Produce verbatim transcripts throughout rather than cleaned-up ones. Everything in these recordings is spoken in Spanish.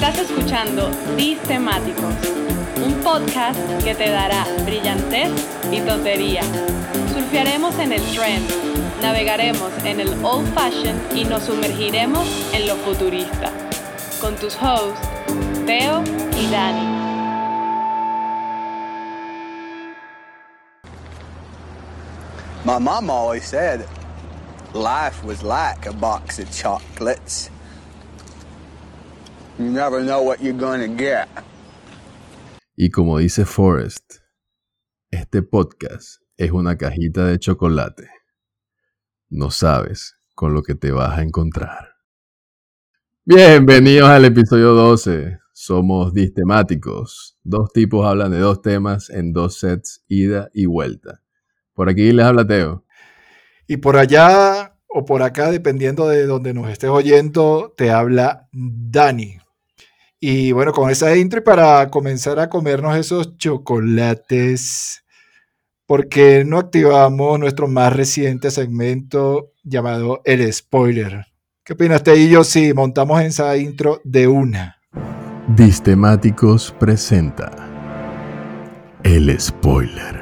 Estás escuchando Distemáticos, un podcast que te dará brillantez y tontería. Surfearemos en el trend, navegaremos en el old fashion y nos sumergiremos en lo futurista. Con tus hosts, Teo y Dani. My mom always said life was like a box of chocolates. You never know what you're gonna get. Y como dice Forrest, este podcast es una cajita de chocolate. No sabes con lo que te vas a encontrar. Bienvenidos al episodio doce. Somos Distemáticos. Dos tipos hablan de dos temas en dos sets, ida y vuelta. Por aquí les habla Teo. Y por allá o por acá, dependiendo de donde nos estés oyendo, te habla Dani. Y bueno, con esa intro y para comenzar a comernos esos chocolates, ¿por qué no activamos nuestro más reciente segmento llamado El Spoiler? ¿Qué opinas, Teo y yo si montamos esa intro de una? Distemáticos presenta El Spoiler.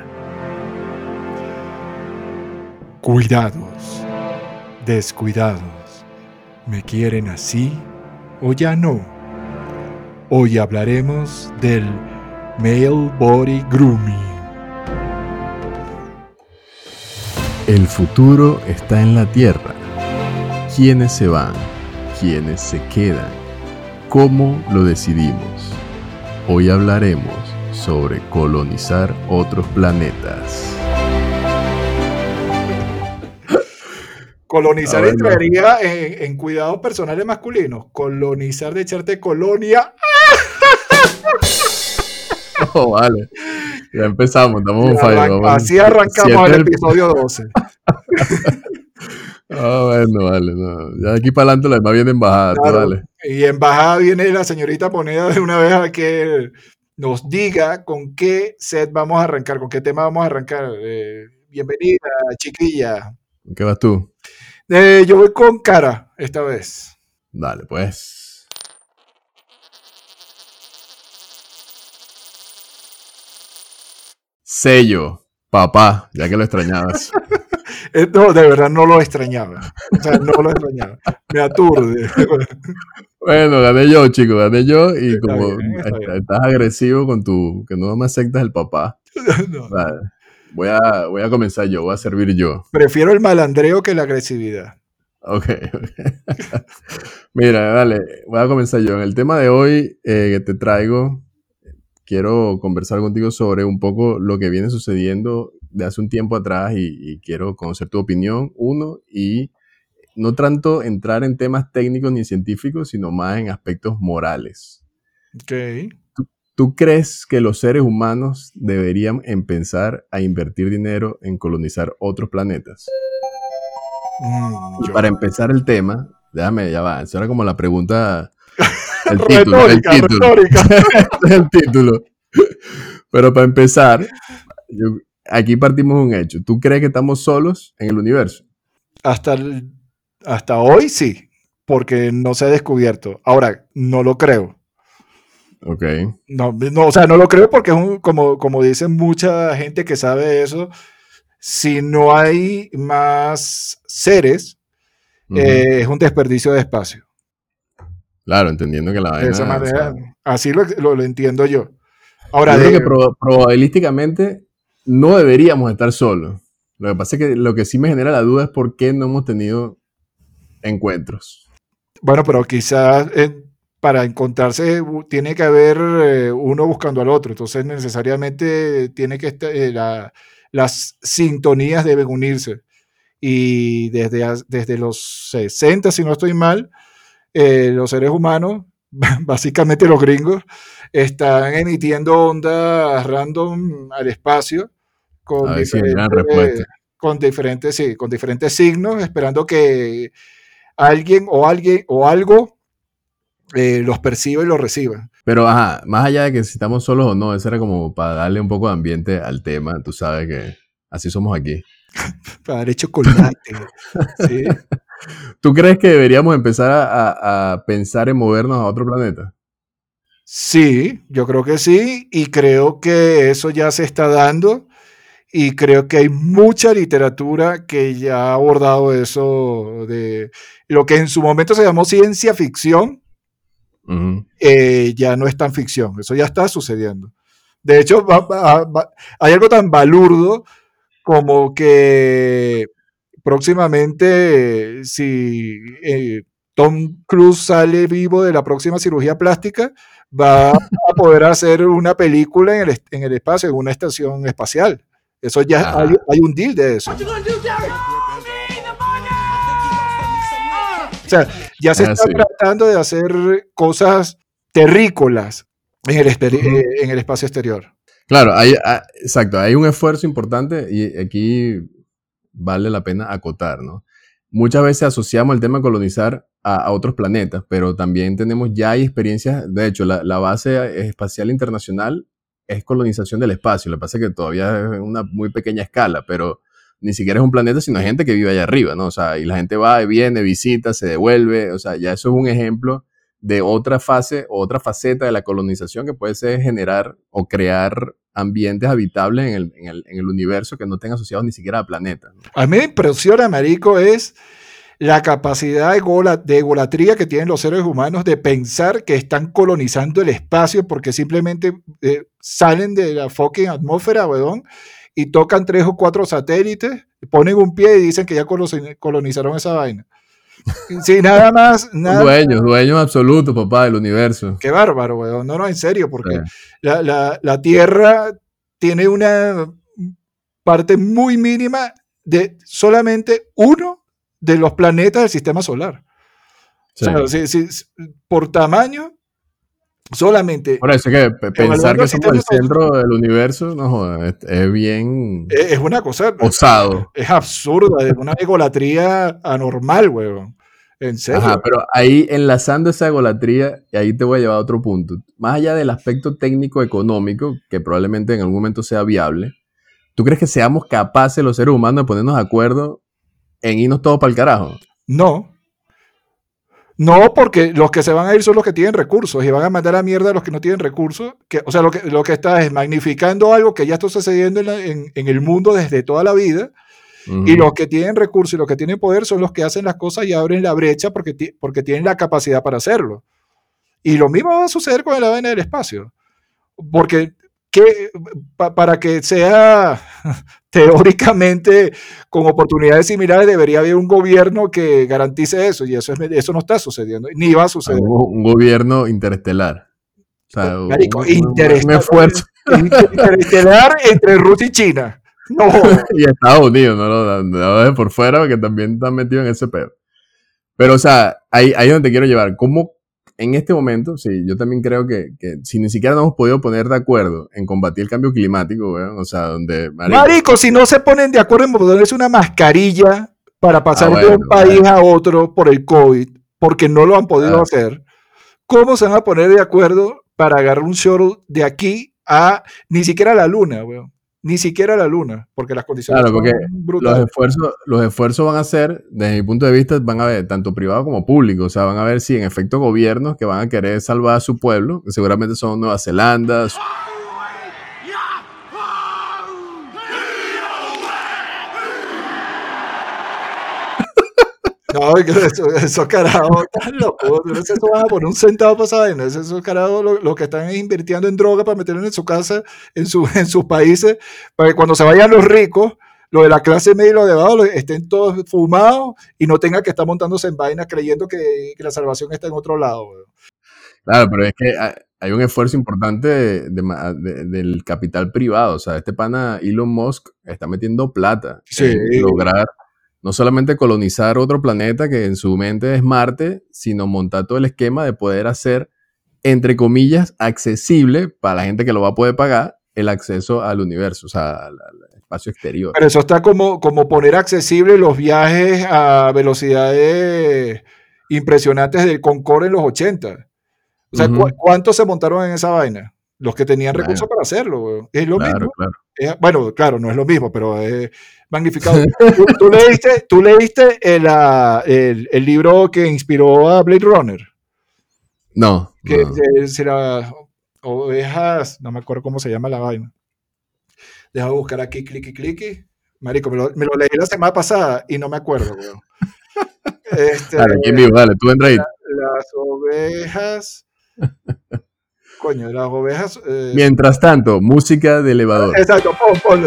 Cuidados, descuidados, ¿me quieren así o ya no? Hoy hablaremos del Male Body Grooming. El futuro está en la Tierra. ¿Quiénes se van? ¿Quiénes se quedan? ¿Cómo lo decidimos? Hoy hablaremos sobre colonizar otros planetas. Colonizar entraría en, en cuidados personales masculinos. Colonizar de echarte colonia. Oh, vale. Ya empezamos, estamos un fallo. Así arrancamos el episodio doce. Ah, oh, bueno, vale. No. Ya de aquí para adelante la demás viene embajada. Claro, vale. Y embajada viene la señorita Moneda de una vez a que nos diga con qué set vamos a arrancar, con qué tema vamos a arrancar. Eh, bienvenida, chiquilla. ¿En qué vas tú? Eh, yo voy con cara esta vez. Dale, pues. Sello, papá, ya que lo extrañabas. No, de verdad no lo extrañaba. O sea, no lo extrañaba. Me aturde. Bueno, gané yo, chico, gané yo. Y Está como bien, está est- bien. estás agresivo con tu, que no me aceptas el papá. No, Vale. Voy a, voy a comenzar yo, voy a servir yo. prefiero el malandreo que la agresividad. Ok. Mira, dale, voy a comenzar yo. En el tema de hoy eh, que te traigo, quiero conversar contigo sobre un poco lo que viene sucediendo de hace un tiempo atrás y, y quiero conocer tu opinión, uno, y no tanto entrar en temas técnicos ni científicos, sino más en aspectos morales. Ok. ¿Tú crees que los seres humanos deberían empezar a invertir dinero en colonizar otros planetas? Mm, Y yo- para empezar el tema, déjame, ya va, eso era como la pregunta, el título, el retórica, título. retórica. Este es el título. Pero para empezar, yo- aquí partimos de un hecho. ¿Tú crees que estamos solos en el universo? Hasta, el- hasta hoy sí, porque no se ha descubierto. Ahora, no lo creo. Ok. No, no, o sea, no lo creo porque es un, como, como dicen mucha gente que sabe eso, si no hay más seres, Ujú. eh, es un desperdicio de espacio. Claro, entendiendo que la De esa vaina... o manera, sea, así lo, lo- lo entiendo yo. Ahora, yo creo de- que proba- probabilísticamente no deberíamos estar solos. Lo que pasa es que lo que sí me genera la duda es por qué no hemos tenido encuentros. bueno, pero quizás eh, para encontrarse u- tiene que haber eh, uno buscando al otro, entonces necesariamente tiene que estar, eh, la- las sintonías deben unirse. Y desde, as- desde los sesenta, si no estoy mal, eh, los seres humanos, básicamente los gringos, están emitiendo ondas random al espacio con A ver si generan diferentes, respuesta. con diferentes, sí, con diferentes signos, esperando que alguien o alguien o algo eh, los perciba y los reciba. Pero, ajá, más allá de que si estamos solos o no, eso era como para darle un poco de ambiente al tema. Tú sabes que así somos aquí. Para dar chocolate. ¿Sí? ¿Tú crees que deberíamos empezar a, a- a pensar en movernos a otro planeta? Sí, yo creo que sí, y creo que eso ya se está dando, y creo que hay mucha literatura que ya ha abordado eso de lo que en su momento se llamó ciencia ficción, uh-huh. eh, ya no es tan ficción, eso ya está sucediendo. De hecho, va, va, va, hay algo tan balurdo como que próximamente, si eh, Tom Cruise sale vivo de la próxima cirugía plástica, va a poder hacer una película en el, en el espacio, en una estación espacial. Eso ya hay, hay un deal de eso. O sea, ya se ah, está sí. tratando de hacer cosas terrícolas en el, uh-huh. en el espacio exterior. Claro, hay, hay, exacto, hay un esfuerzo importante y aquí vale la pena acotar, ¿no? Muchas veces asociamos el tema de colonizar a, a otros planetas, pero también tenemos, ya hay experiencias, de hecho, la, la base espacial internacional es colonización del espacio, lo que pasa es que todavía es una muy pequeña escala, pero ni siquiera es un planeta, sino gente que vive allá arriba, ¿no? O sea, y la gente va y viene, visita, se devuelve, o sea, ya eso es un ejemplo de otra fase o otra faceta de la colonización que puede ser generar o crear ambientes habitables en el, en el, en el universo que no estén asociados ni siquiera a planetas, ¿no? A mí me impresiona, marico, es la capacidad de, gola, de egolatría que tienen los seres humanos de pensar que están colonizando el espacio porque simplemente eh, salen de la fucking atmósfera, weón, y tocan tres o cuatro satélites, ponen un pie y dicen que ya colonizaron esa vaina. Sí, nada más. Nada dueños, dueños absolutos, papá, del universo. Qué bárbaro, weón. No, no, en serio, porque sí. la, la, la Tierra tiene una parte muy mínima de solamente uno de los planetas del sistema solar. Sí. O sea, si, si, por tamaño, solamente. Por eso es que pensar que somos el centro solar del universo, no jodas, es, es bien. Es, es una cosa. Osado. Es, es absurda, es una egolatría anormal, weón. En serio. Ajá, pero ahí enlazando esa egolatría, y ahí te voy a llevar a otro punto. Más allá del aspecto técnico-económico, que probablemente en algún momento sea viable, ¿tú crees que seamos capaces los seres humanos de ponernos de acuerdo en irnos todos para el carajo? No. No, porque los que se van a ir son los que tienen recursos y van a mandar a mierda a los que no tienen recursos. Que, o sea, lo que, lo que está es magnificando algo que ya está sucediendo en, la, en, en el mundo desde toda la vida. Uh-huh. Y los que tienen recursos y los que tienen poder son los que hacen las cosas y abren la brecha porque, t- porque tienen la capacidad para hacerlo. Y lo mismo va a suceder con la vaina del espacio. Porque que, pa- para que sea teóricamente con oportunidades similares debería haber un gobierno que garantice eso. Y eso, es, eso no está sucediendo, ni va a suceder. Un, un gobierno interestelar. O sea, Marico, un, interestelar, un esfuerzo. Interestelar entre Rusia y China. No. Y Estados Unidos, no lo no, de por fuera, porque también están metidos en ese pedo. Pero, o sea, ahí, ahí es donde te quiero llevar. ¿Cómo en este momento, sí, yo también creo que, que si ni siquiera nos hemos podido poner de acuerdo en combatir el cambio climático, ¿verdad? O sea, donde... Marico, marico, si no se ponen de acuerdo en ponerse una mascarilla para pasar ah, bueno, de un país bueno. a otro por el COVID, porque no lo han podido ah. hacer, ¿cómo se van a poner de acuerdo para agarrar un shuttle de aquí a ni siquiera la luna, weón? Ni siquiera la luna, porque las condiciones claro, porque son brutales. Los esfuerzos, los esfuerzos van a ser, desde mi punto de vista, van a ver tanto privado como público. O sea, van a ver si sí, en efecto gobiernos que van a querer salvar a su pueblo, que seguramente son Nueva Zelanda. No, esos eso carajos están locos. No sé si van a poner un centavo para esa vaina. Esos carajos lo, lo que están invirtiendo en droga para meterlo en su casa, en, su, en sus países, para que cuando se vayan los ricos, los de la clase media y los de abajo estén todos fumados y no tengan que estar montándose en vainas creyendo que, que la salvación está en otro lado. Claro, pero es que hay un esfuerzo importante de, de, de, del capital privado. O sea, este pana Elon Musk está metiendo plata sí. en lograr no solamente colonizar otro planeta que en su mente es Marte, sino montar todo el esquema de poder hacer, entre comillas, accesible para la gente que lo va a poder pagar el acceso al universo, o sea, al, al espacio exterior. Pero eso está como, como poner accesible los viajes a velocidades impresionantes del Concorde en los ochenta. O sea, uh-huh. ¿cu- ¿cuántos se montaron en esa vaina? Los que tenían claro. recursos para hacerlo, güey. Es lo claro, mismo. Claro. Es, bueno, claro, no es lo mismo, pero es magnificado. ¿Tú, tú leíste, tú leíste el, el, el libro que inspiró a Blade Runner? No. Que no. será ovejas, no me acuerdo cómo se llama la vaina. Deja buscar aquí, cliqui, cliqui. Marico, me lo, me lo leí la semana pasada y no me acuerdo, weón. Este, dale, aquí en vivo, dale, tú entra ahí. la, las ovejas. Coño, las ovejas. Eh, Mientras tanto, música de elevador. Exacto, pon, ponlo.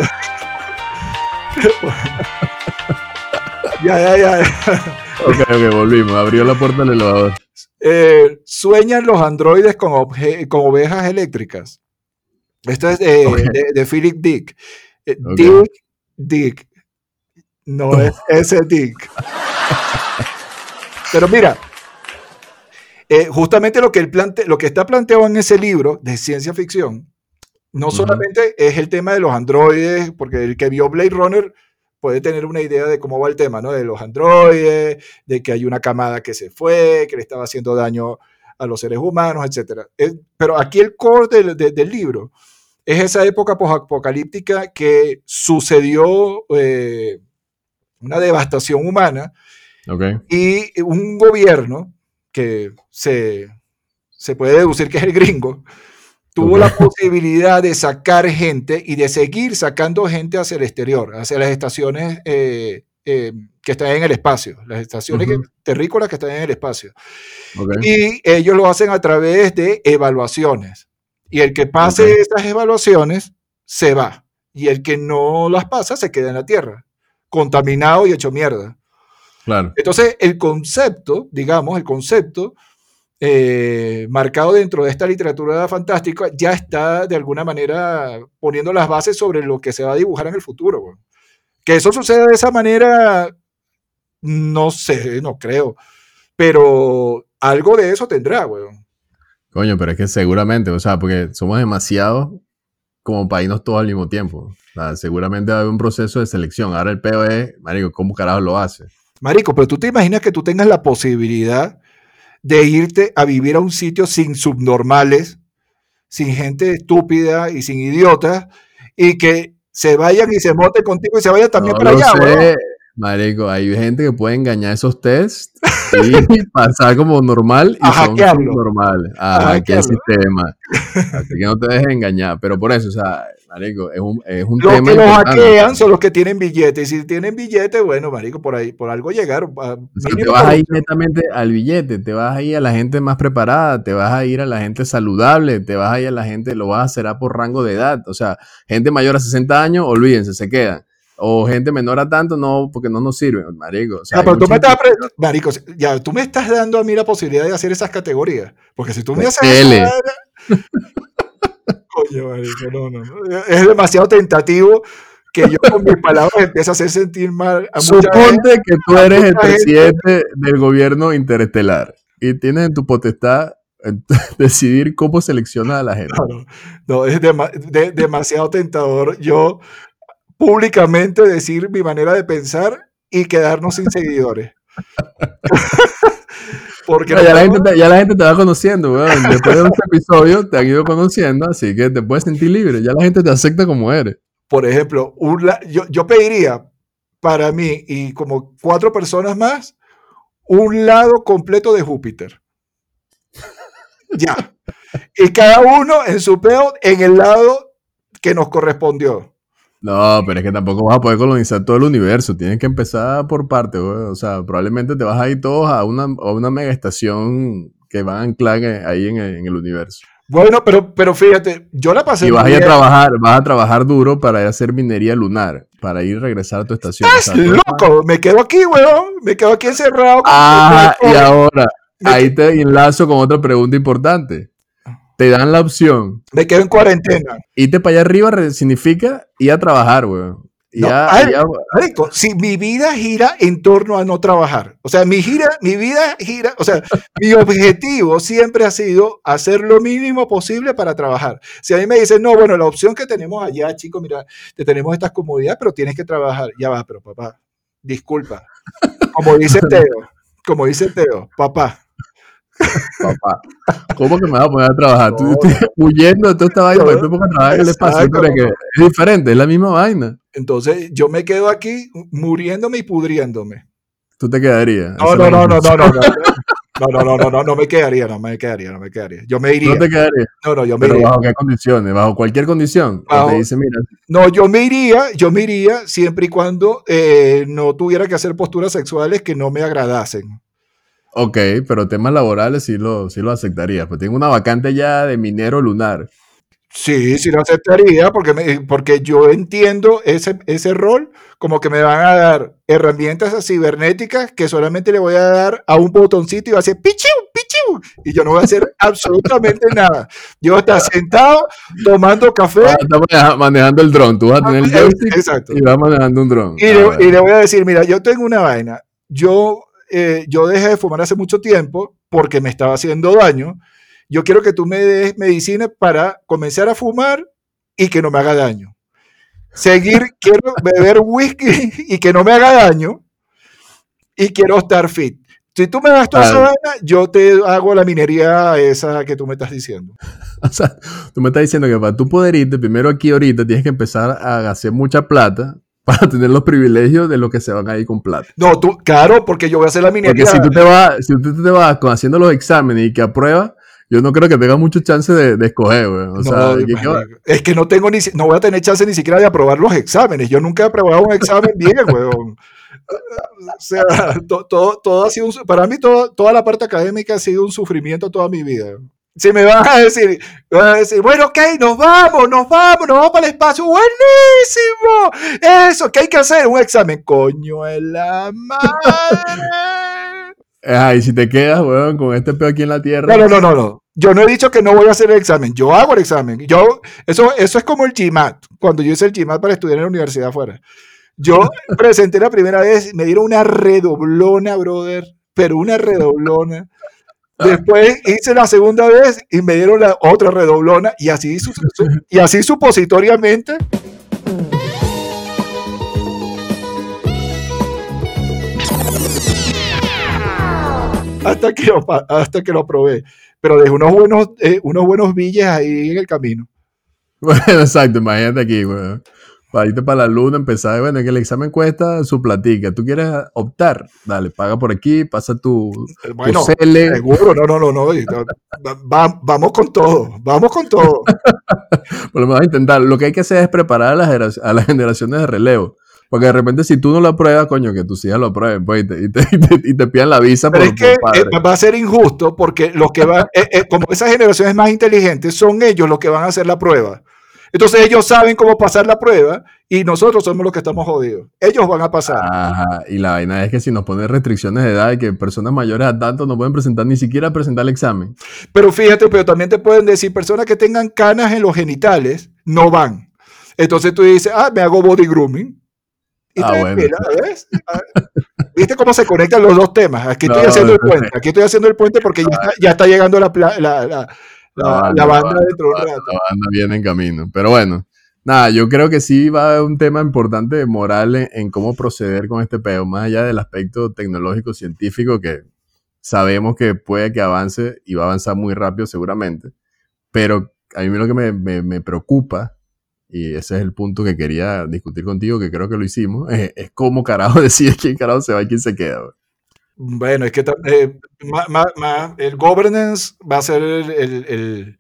ya, ya, ya. Ok, ok, volvimos. Abrió la puerta del elevador. Eh, sueñan los androides con, obje- con ovejas eléctricas. Esto es de, Okay. de, de Philip Dick. Eh, Okay. Dick, Dick. No es ese Dick. Pero mira, eh, justamente lo que, él plante, lo que está planteado en ese libro de ciencia ficción, no solamente uh-huh. es el tema de los androides, porque el que vio Blade Runner puede tener una idea de cómo va el tema, ¿no? De los androides, de que hay una camada que se fue, que le estaba haciendo daño a los seres humanos, etcétera. Eh, pero aquí el core del, de, del libro es esa época posapocalíptica que sucedió eh, una devastación humana. Okay. Y un gobierno que se, se puede deducir que es el gringo, tuvo okay. la posibilidad de sacar gente y de seguir sacando gente hacia el exterior, hacia las estaciones eh, eh, que están en el espacio, las estaciones uh-huh. que, terrícolas que están en el espacio. Okay. Y ellos lo hacen a través de evaluaciones. Y el que pase okay. esas evaluaciones se va. Y el que no las pasa se queda en la Tierra, contaminado y hecho mierda. Claro. Entonces, el concepto, digamos, el concepto eh, marcado dentro de esta literatura fantástica ya está de alguna manera poniendo las bases sobre lo que se va a dibujar en el futuro. Bueno. Que eso suceda de esa manera, no sé, no creo, pero algo de eso tendrá, weón. Coño, pero es que seguramente, o sea, porque somos demasiados como para irnos todos al mismo tiempo. O sea, seguramente va a haber un proceso de selección. Ahora el peo es, marico, ¿cómo carajo lo hace? Marico, pero tú te imaginas que tú tengas la posibilidad de irte a vivir a un sitio sin subnormales, sin gente estúpida y sin idiotas, y que se vayan y se monten contigo y se vayan también no para allá, sé, marico, hay gente que puede engañar esos tests y pasar como normal y a son hackearlo. Normal, a, a hackear el sistema. Así que no te dejes engañar, pero por eso, o sea, marico, es un, es un los tema que los importante. hackean son los que tienen billetes, y si tienen billetes, bueno, marico, por ahí, por algo llegaron. O sea, te vas a ir netamente al billete, te vas a ir a la gente más preparada, te vas a ir a la gente saludable, te vas a ir a la gente, lo vas a hacer por rango de edad, o sea, gente mayor a sesenta años, olvídense, se quedan. O gente menor a tanto, no, porque no nos sirve, marico. O sea, no, pero tú me estás, pre- marico, ya, tú me estás dando a mí la posibilidad de hacer esas categorías, porque si tú me haces esa... Coño, marico, no, no, no. Es demasiado tentativo que yo con mis palabras empiezo a hacer sentir mal a mucha Suponte gente, que tú eres el presidente gente. del gobierno interestelar y tienes en tu potestad decidir cómo selecciona a la gente. No, no, no es de, de, demasiado tentador yo públicamente decir mi manera de pensar y quedarnos sin seguidores. Porque no, ya, no, la gente te, ya la gente te va conociendo, weón. Después de este episodio te han ido conociendo, así que te puedes sentir libre. Ya la gente te acepta como eres. Por ejemplo, un la, yo, yo pediría para mí y como cuatro personas más un lado completo de Júpiter. Ya. Y cada uno en su peo en el lado que nos correspondió. No, pero es que tampoco vas a poder colonizar todo el universo. Tienes que empezar por parte, güey. O sea, probablemente te vas a ir todos a una, a una mega estación que van a anclar ahí en el, en el universo. Bueno, pero, pero fíjate, yo la pasé. Y vas a ir a trabajar, vas a trabajar duro para ir a hacer minería lunar, para ir a regresar a tu estación. ¡Estás o sea, loco! Vas... Me quedo aquí, weón. Me quedo aquí encerrado. Ah, y ahora, me ahí te enlazo con otra pregunta importante. Te dan la opción. Me quedo en cuarentena. Irte para allá arriba significa ir a trabajar, weón. No, ya, ay, ya... ay, si mi vida gira en torno a no trabajar, o sea, mi, gira, mi vida gira, o sea, mi objetivo siempre ha sido hacer lo mínimo posible para trabajar. Si a mí me dicen, no, bueno, la opción que tenemos allá, chicos, mira, te tenemos estas comodidades, pero tienes que trabajar. Ya va, pero papá, disculpa. Como dice Teo, como dice Teo, papá. Papá, ¿cómo que me vas a poner a trabajar? No, tú estás huyendo de toda esta vaina, pero tú pones a trabajar en el espacio, pero que es diferente, es la misma vaina. Entonces, yo me quedo aquí muriéndome y pudriéndome. ¿Tú te quedarías? No, no, no, no, no, no, no. No, no, no, no, no, no me quedaría, no me quedaría, no me quedaría. Yo me iría. ¿No te quedaría? No, no, yo me ¿Pero iría. bajo qué condiciones? ¿Bajo cualquier condición? Bajo- ¿O te dice, mira, No, yo me iría, yo me iría siempre y cuando eh, no tuviera que hacer posturas sexuales que no me agradasen. ok, pero temas laborales sí lo, sí lo aceptaría? Pues tengo una vacante ya de minero lunar. Sí, sí lo aceptaría porque, me- porque yo entiendo ese, ese rol como que me van a dar herramientas cibernéticas que solamente le voy a dar a un botoncito y va a hacer pichiu, pichiu, y yo no voy a hacer absolutamente nada. Yo voy a estar sentado tomando café. Ah, está maneja- manejando el dron. Tú vas a tener el joystick Exacto. y vas manejando un dron. Y, Ah, le, bueno. y le voy a decir, mira, yo tengo una vaina. Yo, eh, yo dejé de fumar hace mucho tiempo porque me estaba haciendo daño. Yo quiero que tú me des medicina para comenzar a fumar y que no me haga daño. Seguir, quiero beber whisky y que no me haga daño y quiero estar fit. Si tú me das toda esa Ah, vaina, yo te hago la minería esa que tú me estás diciendo. o sea, tú me estás diciendo que para tú poder irte, primero aquí ahorita tienes que empezar a hacer mucha plata para tener los privilegios de los que se van a ir con plata. No, tú, claro, porque yo voy a hacer la Porque minería. si tú te vas, si tú te vas con haciendo los exámenes y que apruebas, yo no creo que tengas muchas chances de, de escoger, güey. O No, sea, que- que- marico, es que no tengo ni, si- no voy a tener chance ni siquiera de aprobar los exámenes. Yo nunca he aprobado un examen bien, weón. O sea, to- todo, todo ha sido un su- para mí todo- toda la parte académica ha sido un sufrimiento toda mi vida. Si me van a decir, me van a decir, bueno, ok, nos vamos, nos vamos, nos vamos para el espacio, buenísimo. Eso, ¿qué hay que hacer? Un examen, coño de la madre. Ajá, y si te quedas, weón, con este peo aquí en la tierra. No, no, no, no, no. Yo no he dicho que no voy a hacer el examen. Yo hago el examen. Yo, eso, eso es como el GMAT. Cuando yo hice el GMAT para estudiar en la universidad afuera. Yo presenté la primera vez, me dieron una redoblona, brother. Pero una redoblona. Después hice la segunda vez y me dieron la otra redoblona. Y así, su- su- y así supositoriamente. Hasta que lo, pa- hasta que lo probé. Pero dejé unos buenos, eh, unos buenos billes ahí en el camino. Bueno, exacto, imagínate aquí, weón. Para irte para la luna, empezar, bueno, que el examen cuesta su platica. ¿Tú quieres optar? Dale, paga por aquí, pasa tu, Bueno, tu cele. seguro, no, no, no, no. y no, va- va- vamos con todo, vamos con todo. Por lo menos a intentar. Lo que hay que hacer es preparar a las, genera- a las generaciones de relevo. Porque de repente, si tú no lo apruebas, coño, que tus hijas lo aprueben, pues, y te, y te, y te, y te pidan la visa Pero por, es que por padre. eh, va a ser injusto porque los que van, eh, eh, como esas generaciones más inteligentes, son ellos los que van a hacer la prueba. Entonces ellos saben cómo pasar la prueba y nosotros somos los que estamos jodidos. Ellos van a pasar. Ajá, y la vaina es que si nos ponen restricciones de edad y que personas mayores a tanto no pueden presentar ni siquiera presentar el examen. Pero fíjate, pero también te pueden decir, personas que tengan canas en los genitales no van. Entonces tú dices, ah, me hago body grooming. Y Ah, te bueno. depilas, ¿ves? Ah, ¿viste cómo se conectan los dos temas? Aquí estoy No, haciendo el no sé. puente. Aquí estoy haciendo el puente porque ya está, ya está llegando la, pla- la, la, La la- banda, la la banda banda, dentro de un la rato. banda, la banda viene en camino. Pero bueno, nada, yo creo que sí va a haber un tema importante de moral en, en cómo proceder con este peo, más allá del aspecto tecnológico, científico, que sabemos que puede que avance y va a avanzar muy rápido seguramente. Pero a mí lo que me, me, me preocupa, y ese es el punto que quería discutir contigo, que creo que lo hicimos, es, es cómo carajo decide quién carajo se va y quién se queda. Güey. Bueno, es que ta- eh, ma- ma- ma- el governance va a ser el, el- el-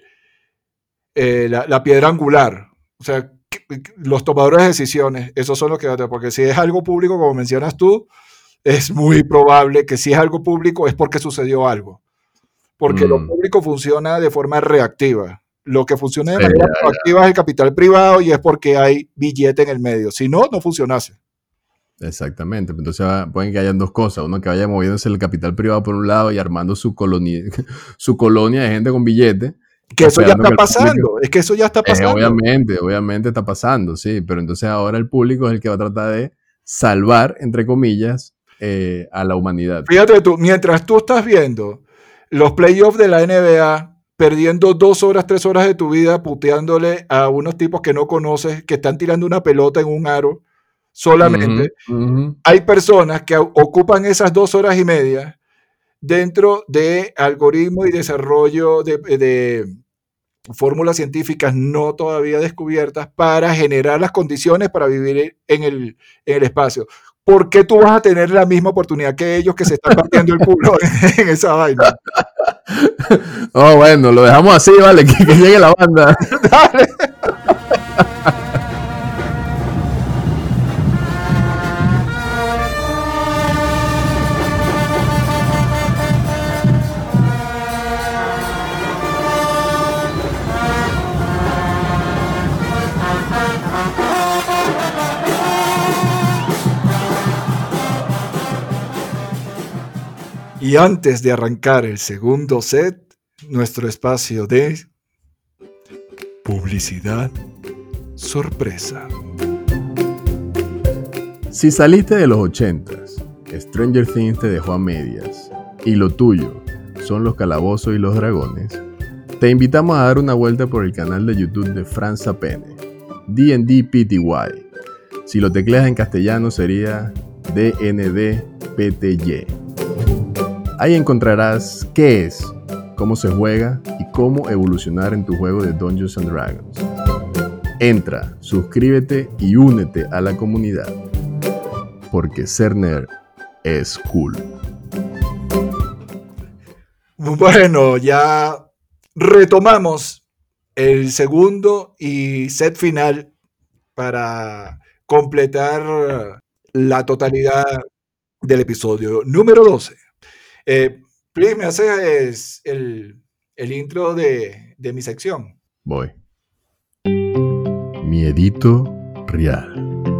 eh, la, la piedra angular. O sea, que- que los tomadores de decisiones, esos son los que van a tener, porque si es algo público, como mencionas tú, es muy probable que si es algo público es porque sucedió algo. Porque lo Mm, público funciona de forma reactiva. Lo que funciona de sí, manera ya, proactiva es el capital privado y es porque hay billete en el medio. Si no, no funcionase. exactamente. Entonces va- pueden que hayan dos cosas. Uno que vaya moviéndose el capital privado por un lado y armando su colonia, su colonia de gente con billete. Que eso ya esperando está que el pasando. público- Es que eso ya está Eh, pasando. obviamente, obviamente está pasando, sí. Pero entonces ahora el público es el que va a tratar de salvar, entre comillas, eh, a la humanidad. Fíjate tú, mientras tú estás viendo los playoffs de la N B A, perdiendo dos horas, tres horas de tu vida puteándole a unos tipos que no conoces, que están tirando una pelota en un aro solamente, Ujú, ujú. hay personas que ocupan esas dos horas y media dentro de algoritmos y desarrollo de, de fórmulas científicas no todavía descubiertas para generar las condiciones para vivir en el, en el espacio. ¿por qué tú vas a tener la misma oportunidad que ellos que se están partiendo el culo en, en esa vaina? Oh, bueno, lo dejamos así, vale, que, que llegue la banda. Dale. Y antes de arrancar el segundo set, nuestro espacio de publicidad sorpresa. Si saliste de los ochentas, Stranger Things te dejó a medias, y lo tuyo son los calabozos y los dragones, te invitamos a dar una vuelta por el canal de YouTube de Franz Zapene, D and D P T Y. Si lo tecleas en castellano sería D N D P T Y. Ahí encontrarás qué es, cómo se juega y cómo evolucionar en tu juego de Dungeons and Dragons. Entra, suscríbete y únete a la comunidad, porque ser nerd es cool. Bueno, ya retomamos el segundo y set final para completar la totalidad del episodio número doce. Eh, please, ¿me haces el, el intro de, de mi sección? Voy. Miedito real.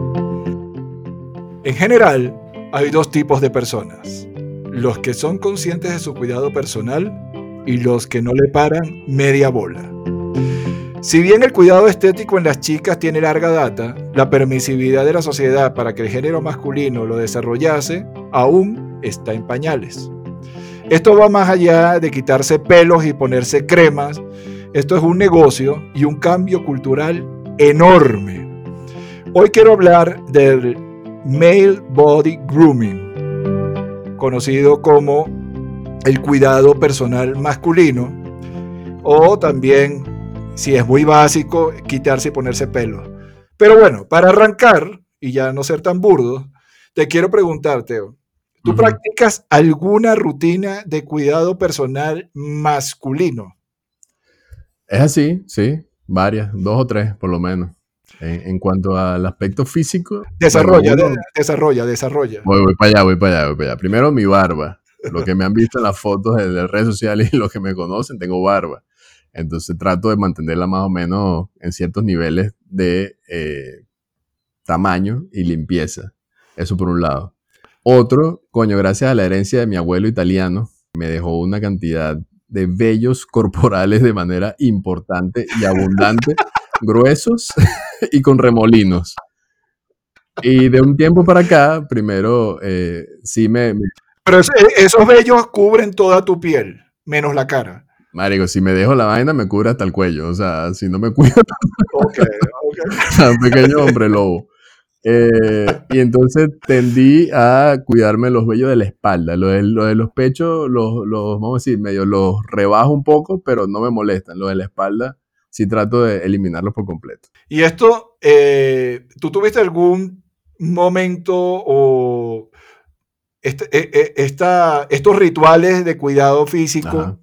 En general, hay dos tipos de personas: los que son conscientes de su cuidado personal y los que no le paran media bola. Si bien el cuidado estético en las chicas tiene larga data, la permisividad de la sociedad para que el género masculino lo desarrollase aún está en pañales. Esto va más allá de quitarse pelos y ponerse cremas. Esto es un negocio y un cambio cultural enorme. Hoy quiero hablar del Male Body Grooming, conocido como el cuidado personal masculino, o también, si es muy básico, quitarse y ponerse pelo. Pero bueno, para arrancar y ya no ser tan burdo, te quiero preguntar, Teo, ¿tú uh-huh. practicas alguna rutina de cuidado personal masculino? Es así, sí, varias, dos o tres por lo menos. En, en cuanto al aspecto físico... Desarrolla, bueno, uno, de, desarrolla, desarrolla. Voy, voy para allá, voy para allá, voy para allá. Primero mi barba. Lo que me han visto en las fotos de, de redes sociales y los que me conocen, tengo barba. Entonces trato de mantenerla más o menos en ciertos niveles de eh, tamaño y limpieza. Eso por un lado. Otro, coño, gracias a la herencia de mi abuelo italiano, me dejó una cantidad de vellos corporales de manera importante y abundante, gruesos y con remolinos. Y de un tiempo para acá, primero, eh, sí me... me... Pero es, esos vellos cubren toda tu piel, menos la cara. Marico, si me dejo la vaina, me cubre hasta el cuello. O sea, si no me cuido... Ok, ok. O sea, un pequeño hombre lobo. Eh, y entonces tendí a cuidarme los vellos de la espalda. Lo de, lo de los pechos, los, los, vamos a decir, medio los rebajo un poco, pero no me molestan. Lo de la espalda, sí trato de eliminarlos por completo. Y esto, eh, ¿tú tuviste algún momento o este, esta, estos rituales de cuidado físico? Ajá.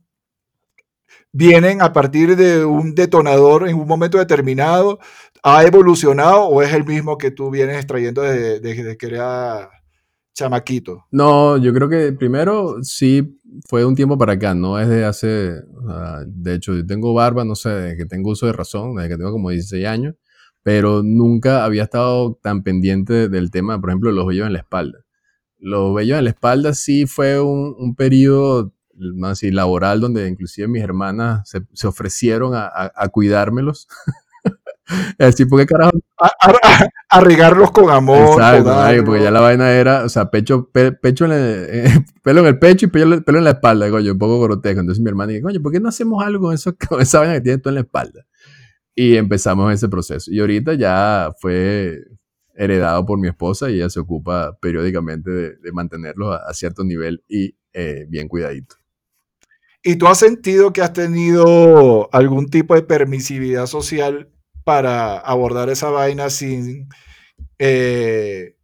¿Vienen a partir de un detonador en un momento determinado? ¿Ha evolucionado o es el mismo que tú vienes extrayendo desde, desde que era chamaquito? No, yo creo que primero sí fue de un tiempo para acá, no es de hace... Uh, de hecho, yo tengo barba, no sé, desde que tengo uso de razón, desde que tengo como dieciséis años, pero nunca había estado tan pendiente del tema, por ejemplo, los vellos en la espalda. Los vellos en la espalda sí fue un, un periodo... más así, laboral, donde inclusive mis hermanas se, se ofrecieron a, a, a cuidármelos. Es decir, ¿por qué carajo? A, a, a regarlos con amor. Exacto, ay, porque ya la vaina era, o sea, pecho, pe, pecho en el, eh, pelo en el pecho y pelo, pelo en la espalda, coño, un poco grotesco. Entonces mi hermana dice, coño, ¿por qué no hacemos algo con, eso, con esa vaina que tienes tú en la espalda? Y empezamos ese proceso. Y ahorita ya fue heredado por mi esposa y ella se ocupa periódicamente de, de mantenerlos a, a cierto nivel y eh, bien cuidadito. ¿Y tú has sentido que has tenido algún tipo de permisividad social para abordar esa vaina sin, eh,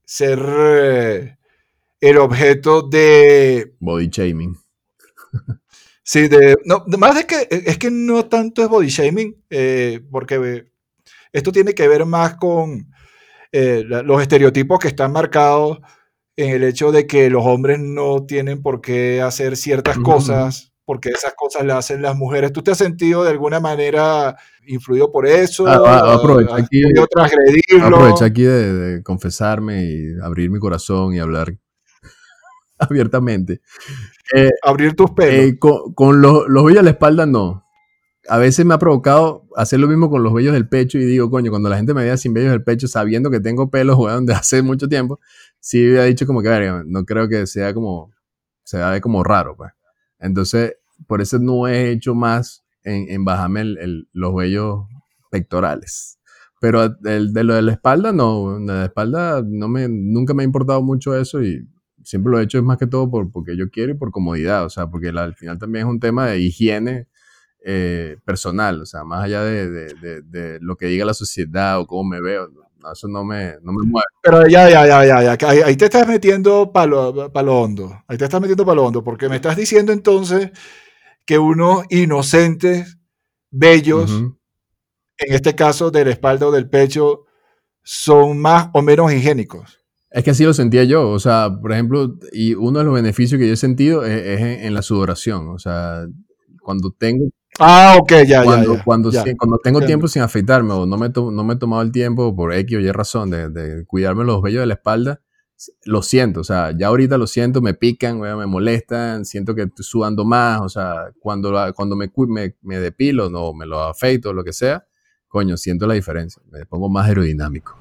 ser eh, el objeto de... Body shaming. Sí, de, no, más de que es que no tanto es body shaming, eh, porque esto tiene que ver más con eh, la, los estereotipos que están marcados en el hecho de que los hombres no tienen por qué hacer ciertas uh-huh. cosas, porque esas cosas las hacen las mujeres. ¿Tú te has sentido de alguna manera influido por eso? Ah, aprovecho aquí, transgredirlo? Aprovecho aquí de, de confesarme y abrir mi corazón y hablar abiertamente. Eh, Abrir tus pelos. Eh, con con los, los vellos de la espalda no. A veces me ha provocado hacer lo mismo con los vellos del pecho y digo, coño, cuando la gente me vea sin vellos del pecho, sabiendo que tengo pelos, weón, de hace mucho tiempo, sí había dicho como que, verga, no creo que sea como, se vea como raro, pues. Entonces, por eso no he hecho más en, en bajarme el, el, los vellos pectorales. Pero el, de lo de la espalda, no, de la espalda no me, nunca me ha importado mucho eso y siempre lo he hecho es más que todo por, porque yo quiero y por comodidad, o sea, porque la, al final también es un tema de higiene eh, personal, o sea, más allá de, de, de, de lo que diga la sociedad o cómo me veo, no, eso no me, no me mueve. Pero ya, ya, ya, ya, ya, ahí, ahí te estás metiendo palo, palo hondo, ahí te estás metiendo palo hondo, porque me estás diciendo entonces que unos inocentes, bellos, uh-huh. en este caso de la espalda o del pecho, son más o menos higiénicos. Es que así lo sentía yo, o sea, por ejemplo, y uno de los beneficios que yo he sentido es, es en, en la sudoración, o sea, cuando tengo... Ah, ok, ya, cuando, ya, ya. Cuando, ya. Si, cuando tengo tiempo sin afeitarme o no me, to, no me he tomado el tiempo por X o Y razón de, de cuidarme los vellos de la espalda, lo siento, o sea, ya ahorita lo siento, me pican, me molestan, siento que estoy sudando más, o sea, cuando, cuando me, me, me depilo, no, me lo afeito, lo que sea, coño, siento la diferencia, me pongo más aerodinámico.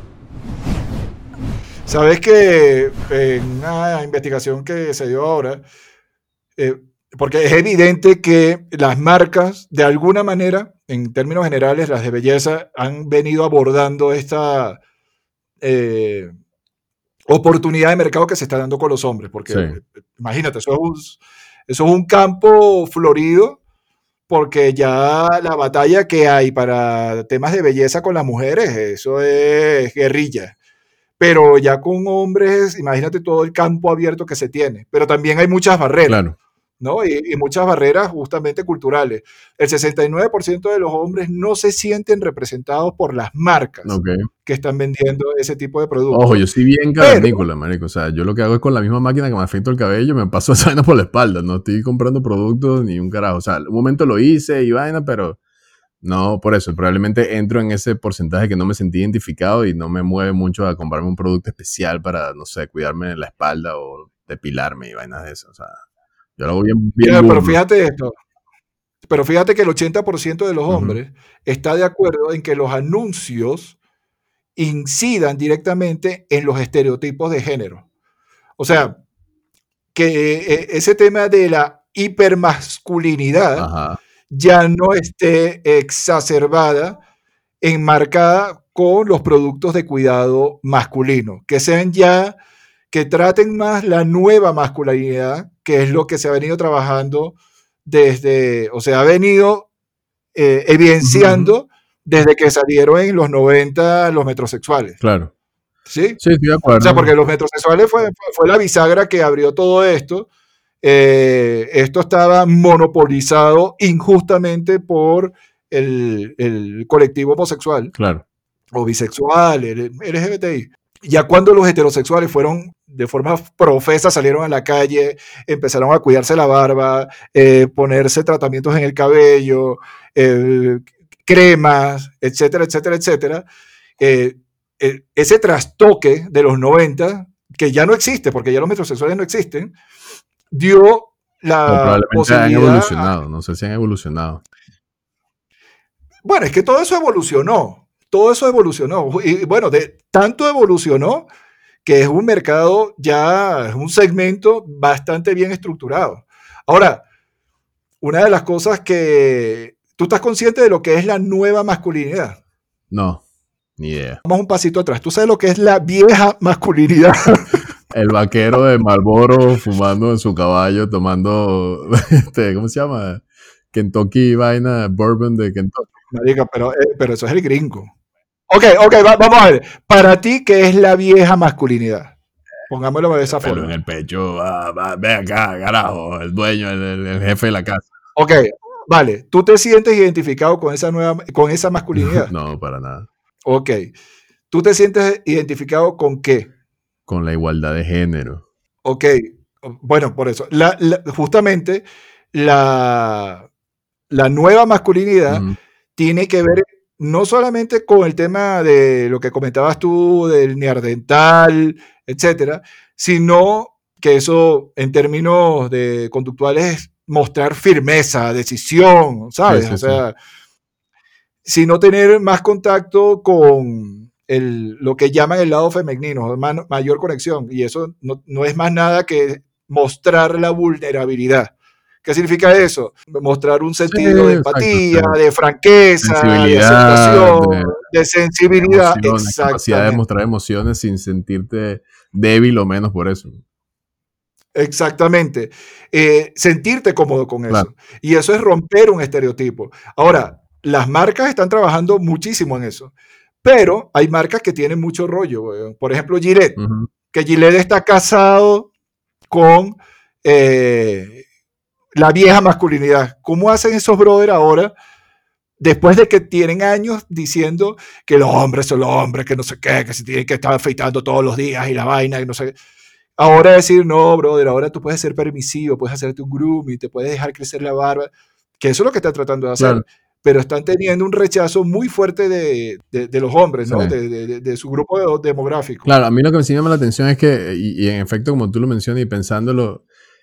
Sabes que en una investigación que se dio ahora, eh, porque es evidente que las marcas, de alguna manera, en términos generales, las de belleza, han venido abordando esta eh, oportunidad de mercado que se está dando con los hombres. Porque sí. Imagínate, eso es, un, eso es un campo florido, porque ya la batalla que hay para temas de belleza con las mujeres, eso es guerrilla. Pero ya con hombres, imagínate todo el campo abierto que se tiene. Pero también hay muchas barreras, claro. ¿no? Y, y muchas barreras justamente culturales. El sesenta y nueve por ciento de los hombres no se sienten representados por las marcas okay. que están vendiendo ese tipo de productos. Ojo, yo soy bien cavernícola, marico. O sea, yo lo que hago es con la misma máquina que me afeito el cabello, me paso esa vaina por la espalda. No estoy comprando productos ni un carajo. O sea, un momento lo hice y vaina, pero... No, por eso, probablemente entro en ese porcentaje que no me sentí identificado y no me mueve mucho a comprarme un producto especial para, no sé, cuidarme la espalda o depilarme y vainas de eso. O sea, yo lo hago bien, bien yeah, pero fíjate esto, pero fíjate que el ochenta por ciento de los hombres uh-huh. está de acuerdo en que los anuncios incidan directamente en los estereotipos de género. O sea, que ese tema de la hipermasculinidad Ajá. ya no esté exacerbada, enmarcada con los productos de cuidado masculino, que sean ya, que traten más la nueva masculinidad, que es lo que se ha venido trabajando desde, o sea, ha venido eh, evidenciando uh-huh. desde que salieron en los noventa los metrosexuales. Claro. ¿Sí? Sí, estoy de acuerdo. O sea, porque los metrosexuales fue, fue la bisagra que abrió todo esto. Eh, esto estaba monopolizado injustamente por el, el colectivo homosexual claro. o bisexual, el L G B T I. Ya cuando los heterosexuales fueron de forma profesa, salieron a la calle, empezaron a cuidarse la barba, eh, ponerse tratamientos en el cabello, eh, cremas, etcétera, etcétera, etcétera. Eh, eh, ese trastoque de los noventa, que ya no existe, porque ya los metrosexuales no existen, dio la o posibilidad... han evolucionado, no sé si han evolucionado. Bueno, es que todo eso evolucionó, todo eso evolucionó, y bueno, de, tanto evolucionó que es un mercado ya, es un segmento bastante bien estructurado. Ahora, una de las cosas que... ¿Tú estás consciente de lo que es la nueva masculinidad? No, ni idea. Vamos un pasito atrás. ¿Tú sabes lo que es la vieja masculinidad? El vaquero de Marlboro fumando en su caballo, tomando, este, ¿cómo se llama? Kentucky vaina, bourbon de Kentucky. Marica, pero, eh, pero eso es el gringo. Ok, ok, va, vamos a ver. Para ti, ¿qué es la vieja masculinidad? Pongámoslo de esa Pelo forma. en el pecho, va, va, ve acá, carajo, el dueño, el, el, el jefe de la casa. Ok, vale. ¿Tú te sientes identificado con esa nueva, con esa masculinidad? No, para nada. Ok. ¿Tú te sientes identificado con qué? Con la igualdad de género. Ok. Bueno, por eso. La, la, justamente la, la nueva masculinidad uh-huh. tiene que ver no solamente con el tema de lo que comentabas tú, del neandertal, etcétera, sino que eso en términos de conductuales es mostrar firmeza, decisión, ¿sabes? Sí, sí, o sea, sí. sino tener más contacto con el, lo que llaman el lado femenino, mayor conexión, y eso no, no es más nada que mostrar la vulnerabilidad. ¿Qué significa eso? Mostrar un sentido sí, de empatía, exacto, de franqueza, de aceptación, de, de sensibilidad. Emociones, capacidad de mostrar emociones sin sentirte débil o menos por eso. Exactamente. Eh, sentirte cómodo con claro. eso. Y eso es romper un estereotipo. Ahora, las marcas están trabajando muchísimo en eso. Pero hay marcas que tienen mucho rollo. Güey. Por ejemplo, Gillette. Uh-huh. Que Gillette está casado con... Eh, la vieja masculinidad. ¿Cómo hacen esos brothers ahora, después de que tienen años diciendo que los hombres son los hombres, que no sé qué, que se tienen que estar afeitando todos los días y la vaina, que no sé qué? Ahora decir, no, brother, ahora tú puedes ser permisivo, puedes hacerte un grooming, te puedes dejar crecer la barba, que eso es lo que están tratando de hacer. Claro. Pero están teniendo un rechazo muy fuerte de, de, de los hombres, ¿no? Sí. De, de, de su grupo de, demográfico. Claro, a mí lo que me llama la atención es que, y, y en efecto, como tú lo mencionas y pensándolo,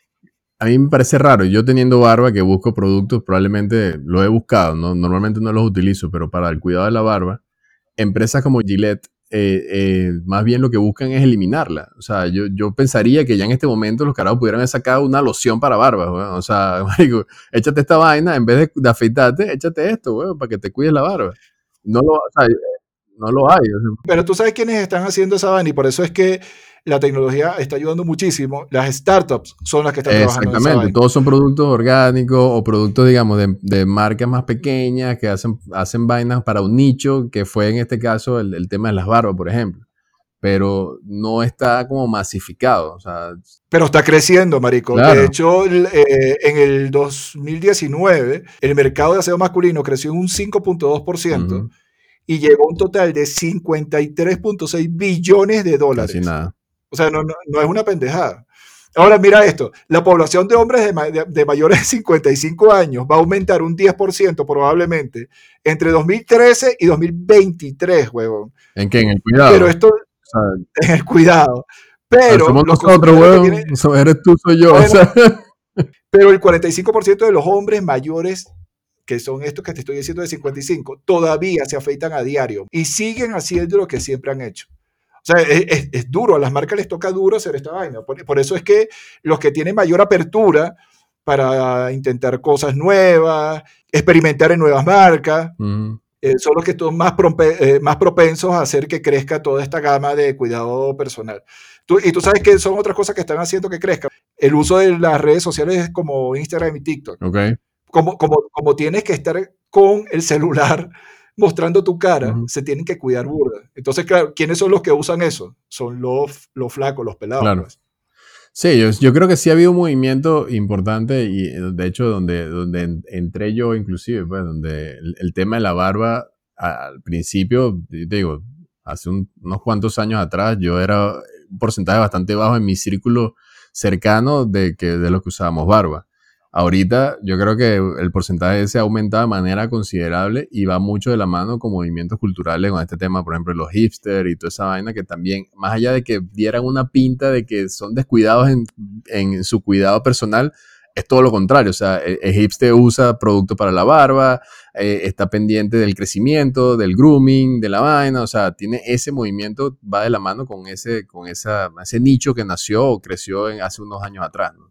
a mí me parece raro, yo teniendo barba que busco productos, probablemente lo he buscado, ¿no? Normalmente no los utilizo, pero para el cuidado de la barba, empresas como Gillette, eh, eh, más bien lo que buscan es eliminarla. O sea, yo, yo pensaría que ya en este momento los carajos pudieran haber sacado una loción para barba, ¿no? O sea, marico, échate esta vaina, en vez de, de afeitarte, échate esto, güey, para que te cuides la barba. No lo, o sea, no lo hay. O sea. Pero tú sabes quiénes están haciendo esa vaina y por eso es que la tecnología está ayudando muchísimo. Las startups son las que están trabajando en esa vaina. Exactamente, todos son productos orgánicos o productos, digamos, de, de marcas más pequeñas que hacen, hacen vainas para un nicho, que fue en este caso el, el tema de las barbas, por ejemplo. Pero no está como masificado. O sea, pero está creciendo, marico. Claro. De hecho, eh, en el dos mil diecinueve, el mercado de aseo masculino creció en un cinco punto dos por ciento uh-huh. y llegó a un total de cincuenta y tres punto seis billones de dólares. Casi nada. O sea, no, no, no es una pendejada. Ahora, mira esto. La población de hombres de, ma de, de mayores de cincuenta y cinco años va a aumentar un diez por ciento probablemente entre dos mil trece y dos mil veintitrés, huevón. ¿En qué? ¿En el cuidado? Pero esto... O sea, en el cuidado. Pero... Somos nosotros, huevón. Tienen, eres tú, soy yo. Bueno, o sea. Pero el cuarenta y cinco por ciento de los hombres mayores, que son estos que te estoy diciendo de cincuenta y cinco, todavía se afeitan a diario y siguen haciendo lo que siempre han hecho. O sea, es, es, es duro, a las marcas les toca duro hacer esta vaina. Por, por eso es que los que tienen mayor apertura para intentar cosas nuevas, experimentar en nuevas marcas, uh-huh. eh, son los que están más, eh, más propensos a hacer que crezca toda esta gama de cuidado personal. Tú, y tú sabes que son otras cosas que están haciendo que crezca. El uso de las redes sociales como Instagram y TikTok. Okay. Como, como, como tienes que estar con el celular mostrando tu cara, uh-huh. se tienen que cuidar burda. Entonces, claro, ¿quiénes son los que usan eso? Son los, los flacos, los pelados. Claro. Pues. Sí, yo, yo creo que sí ha habido un movimiento importante y de hecho donde, donde entré yo inclusive, pues, donde el, el tema de la barba al principio, te digo, hace un, unos cuantos años atrás yo era un porcentaje bastante bajo en mi círculo cercano de, que, de los que usábamos barba. Ahorita yo creo que el porcentaje se ha aumentado de manera considerable y va mucho de la mano con movimientos culturales con este tema, por ejemplo, los hipsters y toda esa vaina que también, más allá de que dieran una pinta de que son descuidados en, en su cuidado personal, es todo lo contrario. O sea, el, el hipster usa productos para la barba, eh, está pendiente del crecimiento, del grooming, de la vaina, o sea, tiene ese movimiento, va de la mano con ese, con esa, ese nicho que nació o creció en, hace unos años atrás, ¿no?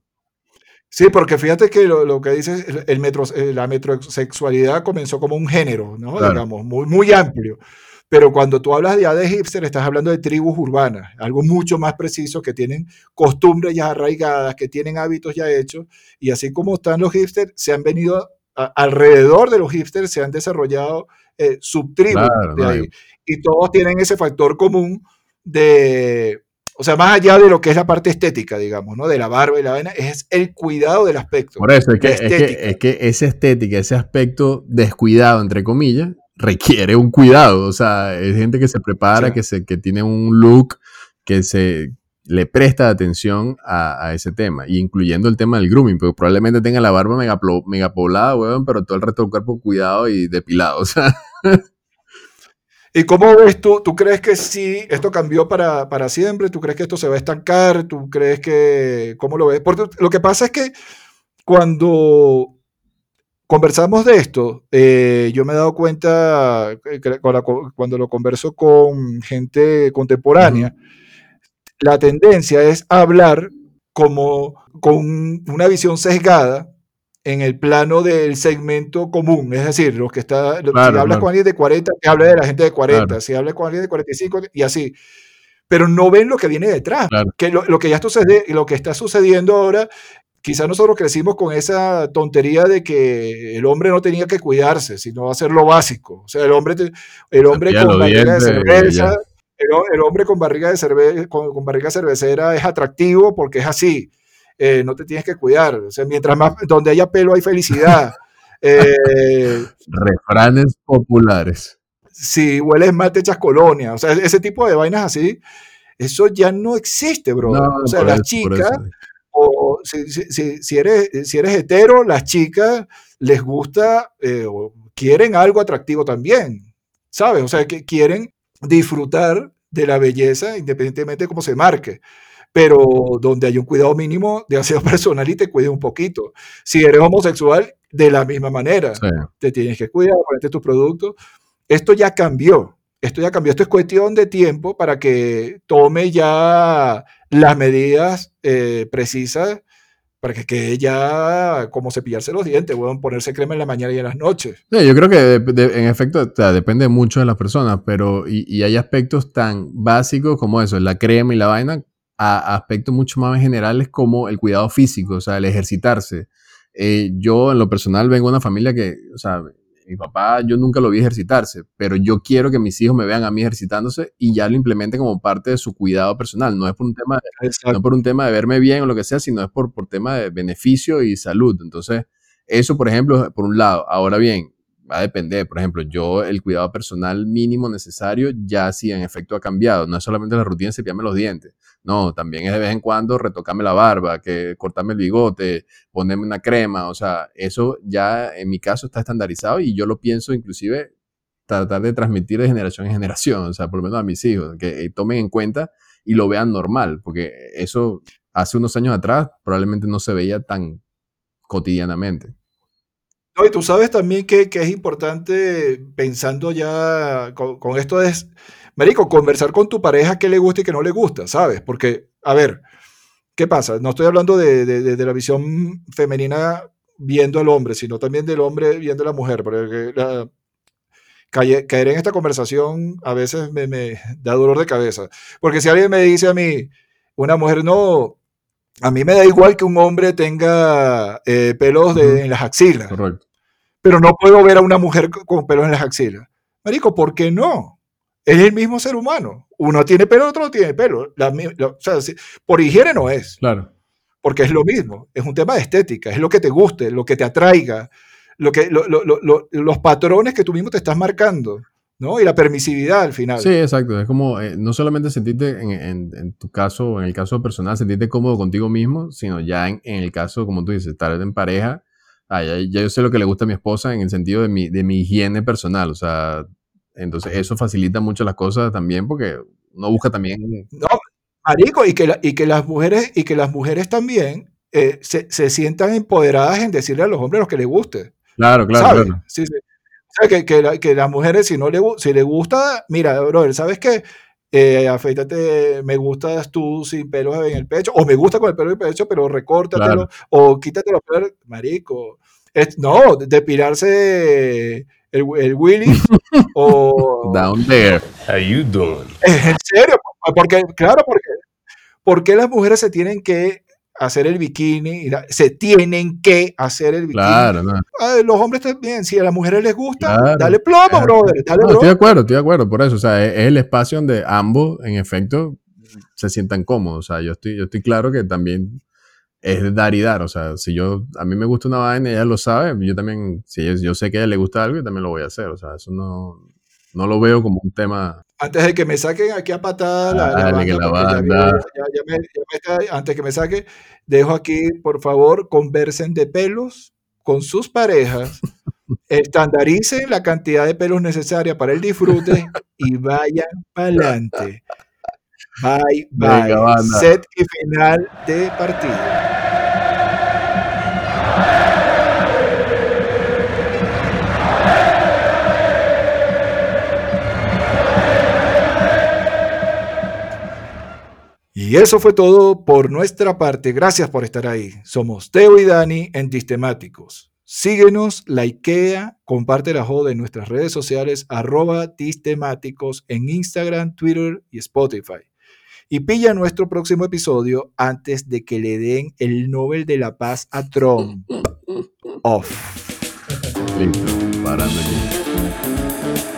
Sí, porque fíjate que lo, lo que dices, el metro, la metrosexualidad comenzó como un género, ¿no? Claro. Digamos, muy, muy amplio. Pero cuando tú hablas ya de hipster, estás hablando de tribus urbanas, algo mucho más preciso, que tienen costumbres ya arraigadas, que tienen hábitos ya hechos, y así como están los hipsters, se han venido, a, alrededor de los hipsters se han desarrollado eh, subtribus Claro, de no, ahí. y- Y todos tienen ese factor común de, o sea, más allá de lo que es la parte estética, digamos, ¿no? De la barba y la vaina, es el cuidado del aspecto, Por eso es que, la es que, estética. es que esa estética, ese aspecto descuidado, entre comillas, requiere un cuidado. O sea, es gente que se prepara, Sí. que, se, que tiene un look, que se le presta atención a, a ese tema, y incluyendo el tema del grooming, porque probablemente tenga la barba mega, mega poblada, weón, pero todo el resto del cuerpo cuidado y depilado. O sea, ¿Y cómo ves tú? ¿Tú crees que sí, esto cambió para, para siempre? ¿Tú crees que esto se va a estancar? ¿Tú crees que, cómo lo ves? Porque lo que pasa es que cuando conversamos de esto, eh, yo me he dado cuenta, eh, que cuando, cuando lo converso con gente contemporánea, ujú, la tendencia es hablar como con una visión sesgada en el plano del segmento común, es decir, los que está, lo- si claro, hablas claro, con alguien de cuarenta, te habla de la gente de cuarenta, claro, si hablas con alguien de cuarenta y cinco y así, pero no ven lo que viene detrás, claro. que lo, lo que ya sucede, lo que está sucediendo ahora, quizás nosotros crecimos con esa tontería de que el hombre no tenía que cuidarse, sino hacer lo básico, o sea, el hombre, te- el hombre Cepilla con los barriga de dientes y cerveza, ya. el, ho- el hombre con barriga de cerve- con, con barriga cervecera es atractivo porque es así. Eh, no te tienes que cuidar. O sea, mientras más, donde haya pelo hay felicidad. Eh, Refranes populares. si hueles mal te echas colonia. O sea, ese tipo de vainas así, eso ya no existe, No, brother. O sea, por las eso, por chicas, eso. o si, si, si, si eres, si eres hetero, las chicas les gusta eh, o quieren algo atractivo también, ¿sabes? O sea, que quieren disfrutar de la belleza independientemente de cómo se marque, pero donde hay un cuidado mínimo de aseo personal y te cuides un poquito. Si eres homosexual, de la misma manera, Sí. te tienes que cuidar, ponerte tus productos. Esto ya cambió, esto ya cambió, esto es cuestión de tiempo para que tome ya las medidas eh, precisas para que quede ya como cepillarse los dientes, bueno, ponerse crema en la mañana y en las noches. Sí, yo creo que de- de- en efecto, o sea, depende mucho de las personas, pero y, y hay aspectos tan básicos como eso, la crema y la vaina, a, a aspectos mucho más generales como el cuidado físico, o sea, el ejercitarse. Eh, yo en lo personal vengo de una familia que, o sea, mi papá yo nunca lo vi ejercitarse, pero yo quiero que mis hijos me vean a mí ejercitándose y ya lo implementen como parte de su cuidado personal. No es por un tema de, no Exacto. por un tema de verme bien o lo que sea, sino es por, por tema de beneficio y salud. Entonces, eso, por ejemplo, por un lado. Ahora bien, va a depender. Por ejemplo, yo el cuidado personal mínimo necesario ya sí en efecto ha cambiado. No es solamente la rutina de cepillarme los dientes. No, también es de vez en cuando retocarme la barba, que cortarme el bigote, ponerme una crema. O sea, eso ya en mi caso está estandarizado y yo lo pienso inclusive tratar de transmitir de generación en generación. O sea, por lo menos a mis hijos, que eh, tomen en cuenta y lo vean normal, porque eso hace unos años atrás probablemente no se veía tan cotidianamente. No, y tú sabes también que, que es importante, pensando ya con, con esto es, marico, conversar con tu pareja qué le gusta y qué no le gusta, ¿sabes? Porque, a ver, ¿qué pasa? No estoy hablando de, de- de- de la visión femenina viendo al hombre, sino también del hombre viendo a la mujer, porque la- cae- caer en esta conversación a veces me, me da dolor de cabeza. Porque si alguien me dice a mí, una mujer, no, a mí me da igual que un hombre tenga eh, pelos de- Ujú, en las axilas, correcto. pero no puedo ver a una mujer c- con pelos en las axilas. Marico, ¿por qué no? Es el mismo ser humano. Uno tiene pelo, otro no tiene pelo. La mi- la- o sea, si- por higiene no es, Claro. porque es lo mismo. Es un tema de estética, es lo que te guste, lo que te atraiga, lo que, lo- lo- lo- lo- los patrones que tú mismo te estás marcando, ¿no? Y la permisividad al Sí, final. exacto. Es como eh, no solamente sentirte en, en- en tu caso, en el caso personal, sentirte cómodo contigo mismo, sino ya en, en el caso, como tú dices, estar en pareja. Ah, ya, ya yo sé lo que le gusta a mi esposa en el sentido de mi, de mi higiene personal. O sea, entonces eso facilita mucho las cosas también porque uno busca también. No, marico, y que, la- y que las mujeres, y que las mujeres también eh, se, se sientan empoderadas en decirle a los hombres lo que les guste, Claro, claro, ¿sabes? claro. Sí, sí. O sea, que, que, la- que las mujeres, si no le, gu- si le gusta, mira, brother, ¿sabes qué? Eh, afeítate, me gustas tú sin pelos en el pecho, o me gusta con el pelo en el pecho, pero recórtatelo, Claro. o quítate los pelos, marico. Es- no, depilarse el, el Willy, o Down there. How you doing? en serio, porque, claro, porque ¿por qué las mujeres se tienen que hacer el bikini, se tienen que hacer el bikini. Claro, no. Los hombres también, si a las mujeres les gusta, Claro, dale plomo, claro. brother, dale No, bro. estoy de acuerdo, estoy de acuerdo, por eso, o sea, es, es el espacio donde ambos, en efecto, se sientan cómodos, o sea, yo estoy, yo estoy claro que también es dar y dar, o sea, si yo, a mí me gusta una vaina y ella lo sabe, yo también, si yo, yo sé que a ella le gusta algo, yo también lo voy a hacer, o sea, eso no, no lo veo como un tema. Antes de que me saquen aquí a patada la, la Dale, banda, que la porque ya, banda. vi- ya- ya me, ya me está, antes que me saque, dejo aquí, por favor, conversen de pelos con sus parejas, estandaricen la cantidad de pelos necesaria para el disfrute y vayan para adelante. Bye, bye. Venga, banda. Set y final de partido. Y eso fue todo por nuestra parte. Gracias por estar ahí. Somos Teo y Dani en Distemáticos. Síguenos, likea, comparte la joda en nuestras redes sociales, arroba Distemáticos en Instagram, Twitter y Spotify. Y pilla nuestro próximo episodio antes de que le den el Nobel de la Paz a Trump. Off. Listo, parando aquí.